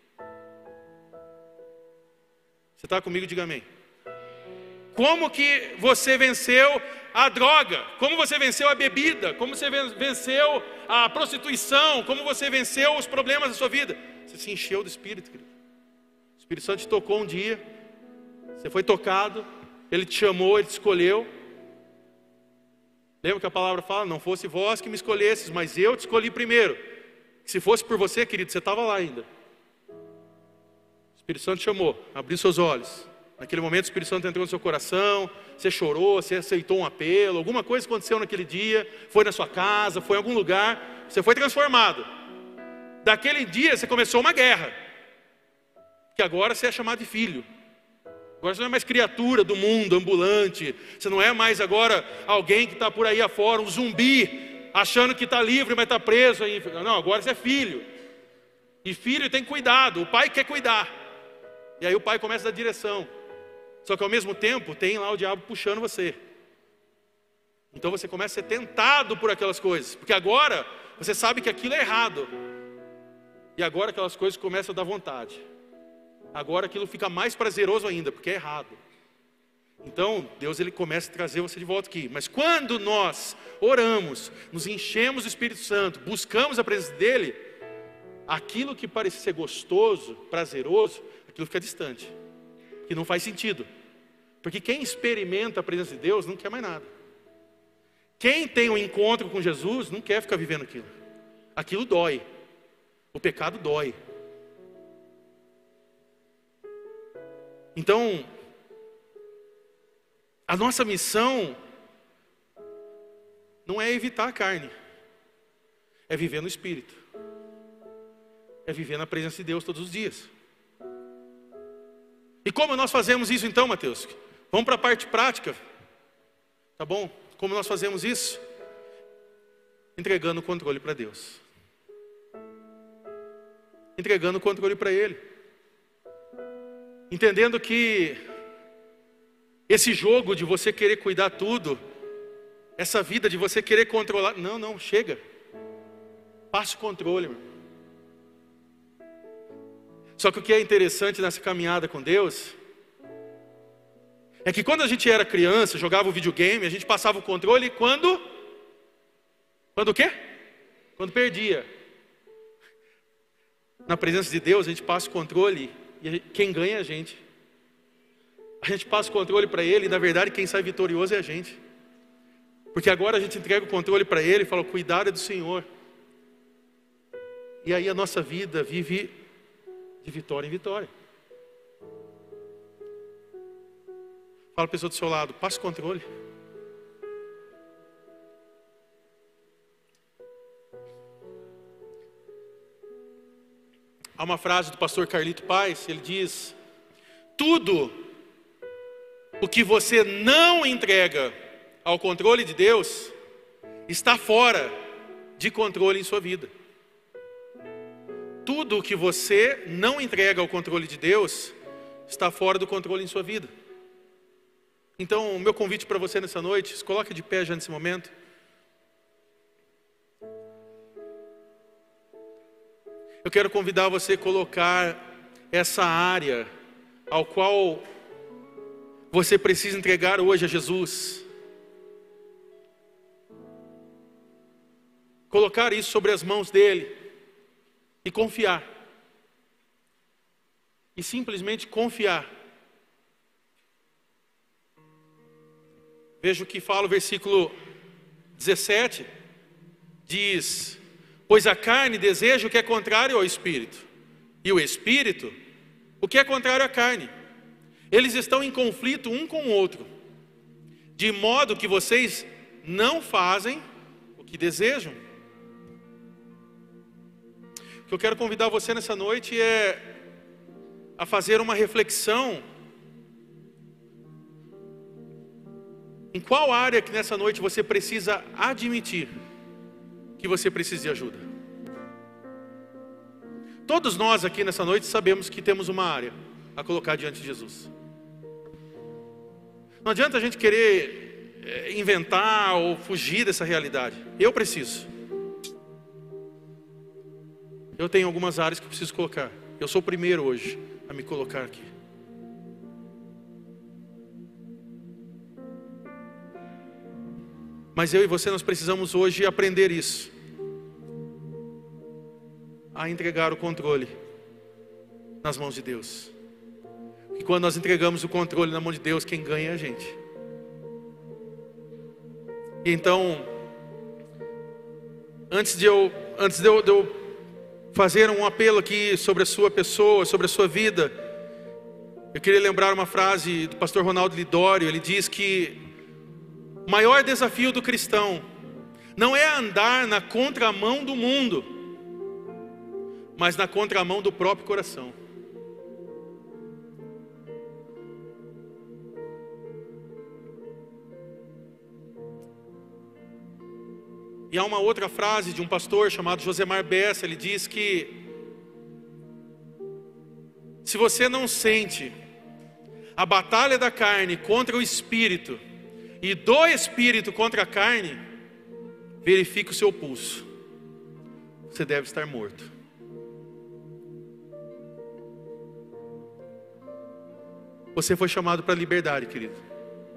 Você está comigo? Diga amém. Como que você venceu a droga? Como você venceu a bebida? Como você venceu a prostituição? Como você venceu os problemas da sua vida? Você se encheu do Espírito, querido. O Espírito Santo te tocou um dia, você foi tocado, Ele te chamou, Ele te escolheu. Lembra que a palavra fala: não fosse vós que me escolhesses, mas eu te escolhi primeiro. Se fosse por você, querido, você estava lá ainda. O Espírito Santo te chamou, abriu seus olhos. Naquele momento o Espírito Santo entrou no seu coração, você chorou, você aceitou um apelo, alguma coisa aconteceu naquele dia, foi na sua casa, foi em algum lugar, você foi transformado. Daquele dia você começou uma guerra, que agora você é chamado de filho. Agora você não é mais criatura do mundo, ambulante. Você não é mais agora alguém que está por aí afora, um zumbi, achando que está livre, mas está preso aí. Não, agora você é filho. E filho tem cuidado, o pai quer cuidar. E aí o pai começa a dar direção. Só que ao mesmo tempo tem lá o diabo puxando você. Então você começa a ser tentado por aquelas coisas. Porque agora você sabe que aquilo é errado. E agora aquelas coisas começam a dar vontade. Agora aquilo fica mais prazeroso ainda, porque é errado. Então Deus ele começa a trazer você de volta aqui. Mas quando nós oramos, nos enchemos do Espírito Santo, buscamos a presença dele, aquilo que parece ser gostoso, prazeroso, aquilo fica distante, que não faz sentido. Porque quem experimenta a presença de Deus não quer mais nada. Quem tem um encontro com Jesus não quer ficar vivendo aquilo. Aquilo dói. O pecado dói. Então, a nossa missão não é evitar a carne, é viver no Espírito, é viver na presença de Deus todos os dias. E como nós fazemos isso então, Mateus? Vamos para a parte prática, tá bom? Como nós fazemos isso? Entregando o controle para Deus, entregando o controle para Ele, entendendo que esse jogo de você querer cuidar tudo, essa vida de você querer controlar, não, chega, passe o controle, meu. Só que o que é interessante nessa caminhada com Deus é que quando a gente era criança, jogava o videogame, a gente passava o controle quando o quê? Quando perdia. Na presença de Deus a gente passa o controle e quem ganha é a gente. A gente passa o controle para Ele e na verdade quem sai vitorioso é a gente. Porque agora a gente entrega o controle para Ele e fala, cuidado é do Senhor. E aí a nossa vida vive de vitória em vitória. Fala a pessoa do seu lado, passa o controle. Há uma frase do pastor Carlito Paes, ele diz: tudo o que você não entrega ao controle de Deus está fora de controle em sua vida. Tudo o que você não entrega ao controle de Deus está fora do controle em sua vida. Então, o meu convite para você nessa noite, se coloque de pé já nesse momento. Eu quero convidar você a colocar essa área ao qual você precisa entregar hoje a Jesus. Colocar isso sobre as mãos dele e confiar. E simplesmente confiar. Veja o que fala o versículo 17. Diz: pois a carne deseja o que é contrário ao Espírito, e o Espírito o que é contrário à carne. Eles estão em conflito um com o outro, de modo que vocês não fazem o que desejam. O que eu quero convidar você nessa noite é a fazer uma reflexão. Em qual área que nessa noite você precisa admitir que você precisa de ajuda? Todos nós aqui nessa noite sabemos que temos uma área a colocar diante de Jesus. Não adianta a gente querer inventar ou fugir dessa realidade. Eu preciso. Eu tenho algumas áreas que eu preciso colocar. Eu sou o primeiro hoje a me colocar aqui. Mas eu e você, nós precisamos hoje aprender isso. A entregar o controle nas mãos de Deus. E quando nós entregamos o controle na mão de Deus, quem ganha é a gente. E então, antes de eu fazer um apelo aqui sobre a sua pessoa, sobre a sua vida, Eu queria lembrar uma frase do pastor Ronaldo Lidório. Ele diz que o maior desafio do cristão não é andar na contramão do mundo, mas na contramão do próprio coração. E há uma outra frase de um pastor chamado Josemar Bessa. Ele diz que se você não sente a batalha da carne contra o espírito e do espírito contra a carne, verifique o seu pulso. Você deve estar morto. Você foi chamado para a liberdade, querido.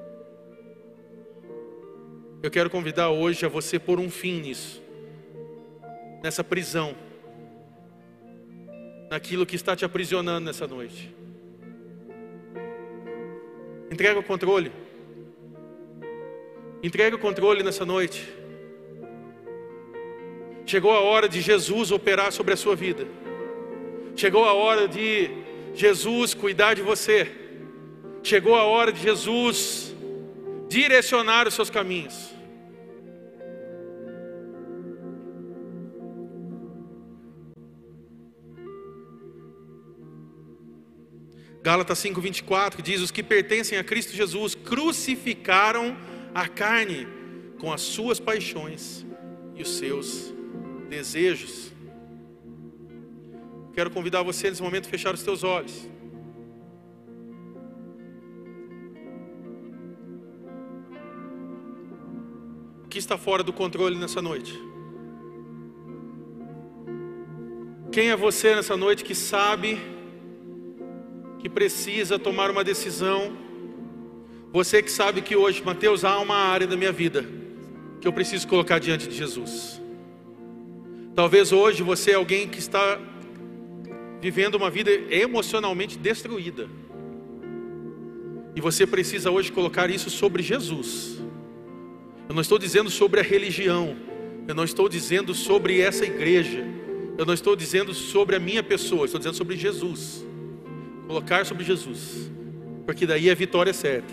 Eu quero convidar hoje a você pôr um fim nisso, nessa prisão, naquilo que está te aprisionando nessa noite. Entrega o controle. Entrega o controle nessa noite. Chegou a hora de Jesus operar sobre a sua vida. Chegou a hora de Jesus cuidar de você. Chegou a hora de Jesus direcionar os seus caminhos. Gálatas 5:24 diz: os que pertencem a Cristo Jesus crucificaram a carne com as suas paixões e os seus desejos. Quero convidar você nesse momento a fechar os teus olhos. O que está fora do controle nessa noite? Quem é você nessa noite que sabe que precisa tomar uma decisão? Você que sabe que hoje, Mateus, há uma área da minha vida que eu preciso colocar diante de Jesus. Talvez hoje você é alguém que está vivendo uma vida emocionalmente destruída, e você precisa hoje colocar isso sobre Jesus. Eu não estou dizendo sobre a religião, eu não estou dizendo sobre essa igreja, eu não estou dizendo sobre a minha pessoa, eu estou dizendo sobre Jesus. Colocar sobre Jesus, porque daí a vitória é certa.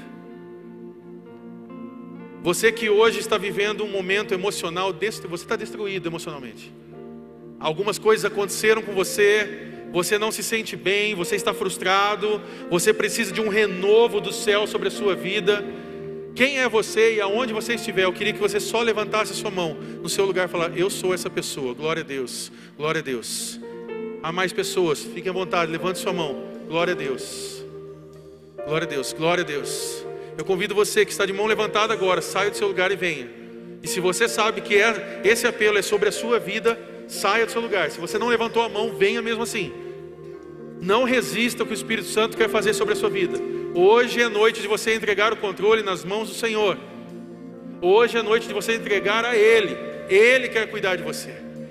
Você que hoje está vivendo um momento emocional, você está destruído emocionalmente. Algumas coisas aconteceram com você, você não se sente bem, você está frustrado, você precisa de um renovo do céu sobre a sua vida. Quem é você e aonde você estiver, eu queria que você só levantasse a sua mão no seu lugar e falar: eu sou essa pessoa. Glória a Deus, glória a Deus. Há mais pessoas, fiquem à vontade, levante sua mão. Glória a Deus, glória a Deus, glória a Deus. Eu convido você que está de mão levantada agora, saia do seu lugar e venha. E se você sabe que esse apelo é sobre a sua vida, saia do seu lugar. Se você não levantou a mão, venha mesmo assim. Não resista ao que o Espírito Santo quer fazer sobre a sua vida. Hoje é noite de você entregar o controle nas mãos do Senhor. Hoje é noite de você entregar a Ele. Ele quer cuidar de você.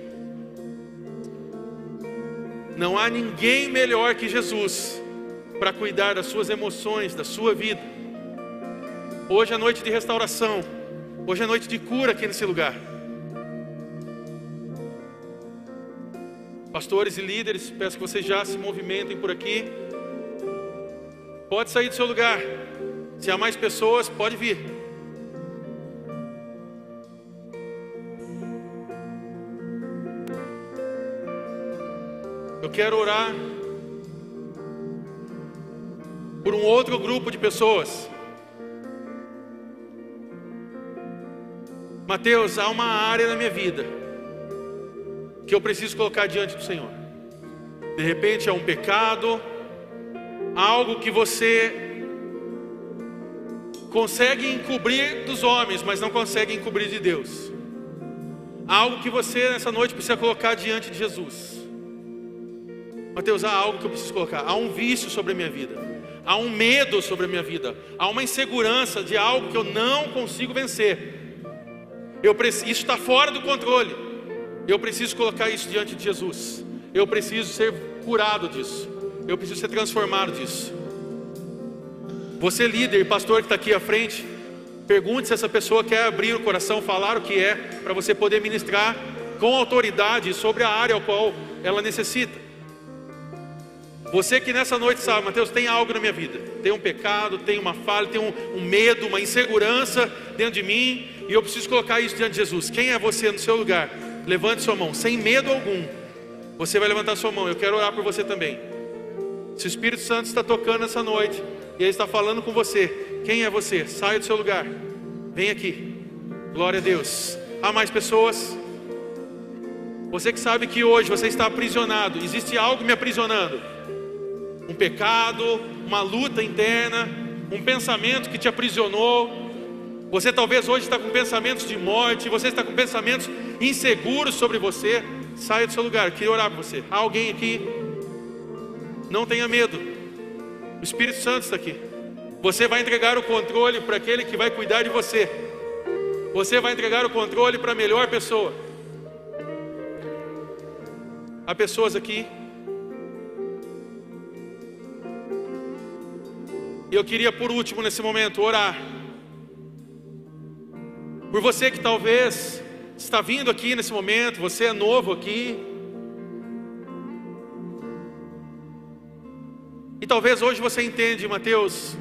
Não há ninguém melhor que Jesus para cuidar das suas emoções, da sua vida. Hoje é noite de restauração. Hoje é noite de cura aqui nesse lugar. Pastores e líderes, peço que vocês já se movimentem por aqui. Pode sair do seu lugar. Se há mais pessoas, pode vir. Eu quero orar por um outro grupo de pessoas. Mateus, há uma área na minha vida que eu preciso colocar diante do Senhor. De repente é um pecado, algo que você consegue encobrir dos homens, mas não consegue encobrir de Deus. Algo que você nessa noite precisa colocar diante de Jesus. Mateus, há algo que eu preciso colocar. Há um vício sobre a minha vida, há um medo sobre a minha vida, há uma insegurança de algo que eu não consigo vencer. Isso está fora do controle. Eu preciso colocar isso diante de Jesus. Eu preciso ser curado disso. Eu preciso ser transformado disso. Você líder e pastor que está aqui à frente, pergunte se essa pessoa quer abrir o coração, falar o que é, para você poder ministrar com autoridade sobre a área ao qual ela necessita. Você que nessa noite sabe, Mateus, tem algo na minha vida, tem um pecado, tem uma falha, tem um medo, uma insegurança dentro de mim, e eu preciso colocar isso diante de Jesus. Quem é você no seu lugar? Levante sua mão, sem medo algum. Você vai levantar sua mão, eu quero orar por você também. Se o Espírito Santo está tocando essa noite, e Ele está falando com você, quem é você? Saia do seu lugar, vem aqui. Glória a Deus. Há mais pessoas? Você que sabe que hoje você está aprisionado, existe algo me aprisionando, um pecado, uma luta interna, um pensamento que te aprisionou. Você talvez hoje está com pensamentos de morte, você está com pensamentos inseguros sobre você. Saia do seu lugar, queria orar por você. Há alguém aqui? Não tenha medo, o Espírito Santo está aqui. Você vai entregar o controle para aquele que vai cuidar de você. Você vai entregar o controle para a melhor pessoa. Há pessoas aqui. E eu queria por último nesse momento orar por você que talvez está vindo aqui nesse momento, você é novo aqui, e talvez hoje você entende, Mateus,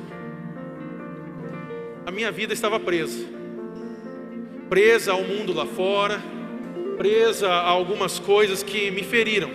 a minha vida estava presa ao mundo lá fora, presa a algumas coisas que me feriram,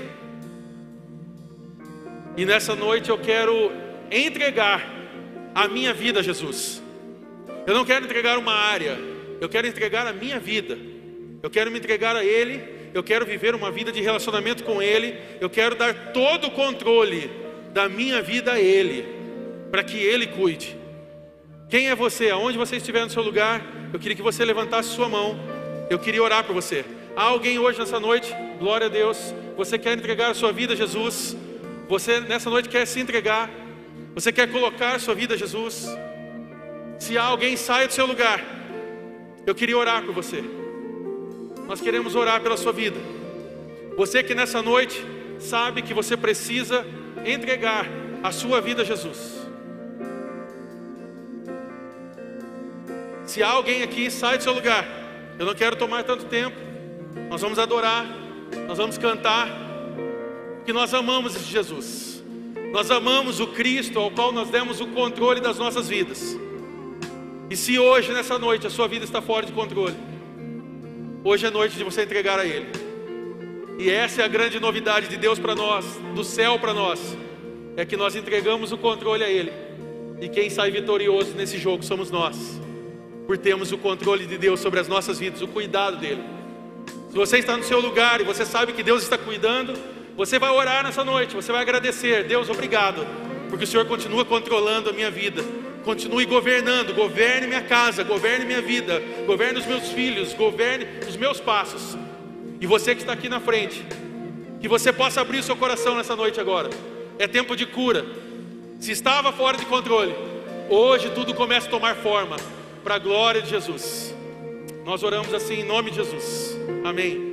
e nessa noite eu quero entregar a minha vida a Jesus. Eu não quero entregar uma área, eu quero entregar a minha vida. Eu quero me entregar a Ele, eu quero viver uma vida de relacionamento com Ele, eu quero dar todo o controle da minha vida a Ele, para que Ele cuide. Quem é você? Aonde você estiver no seu lugar, eu queria que você levantasse sua mão, eu queria orar por você. Há alguém hoje nessa noite? Glória a Deus. Você quer entregar a sua vida a Jesus? Você nessa noite quer se entregar? Você quer colocar a sua vida a Jesus? Se há alguém, saia do seu lugar. Eu queria orar por você. Nós queremos orar pela sua vida. Você que nessa noite sabe que você precisa entregar a sua vida a Jesus. Se há alguém aqui, sai do seu lugar. Eu não quero tomar tanto tempo. Nós vamos adorar, nós vamos cantar, porque nós amamos esse Jesus. Nós amamos o Cristo ao qual nós demos o controle das nossas vidas. E se hoje, nessa noite, a sua vida está fora de controle, hoje é noite de você entregar a Ele. E essa é a grande novidade de Deus para nós, do céu para nós, é que nós entregamos o controle a Ele. E quem sai vitorioso nesse jogo somos nós, por termos o controle de Deus sobre as nossas vidas, o cuidado dEle. Se você está no seu lugar e você sabe que Deus está cuidando, você vai orar nessa noite, você vai agradecer. Deus, obrigado, porque o Senhor continua controlando a minha vida. Continue governando, governe minha casa, governe minha vida, governe os meus filhos, governe os meus passos. E você que está aqui na frente, que você possa abrir o seu coração nessa noite agora. É tempo de cura. Se estava fora de controle, hoje tudo começa a tomar forma, para a glória de Jesus. Nós oramos assim em nome de Jesus, amém.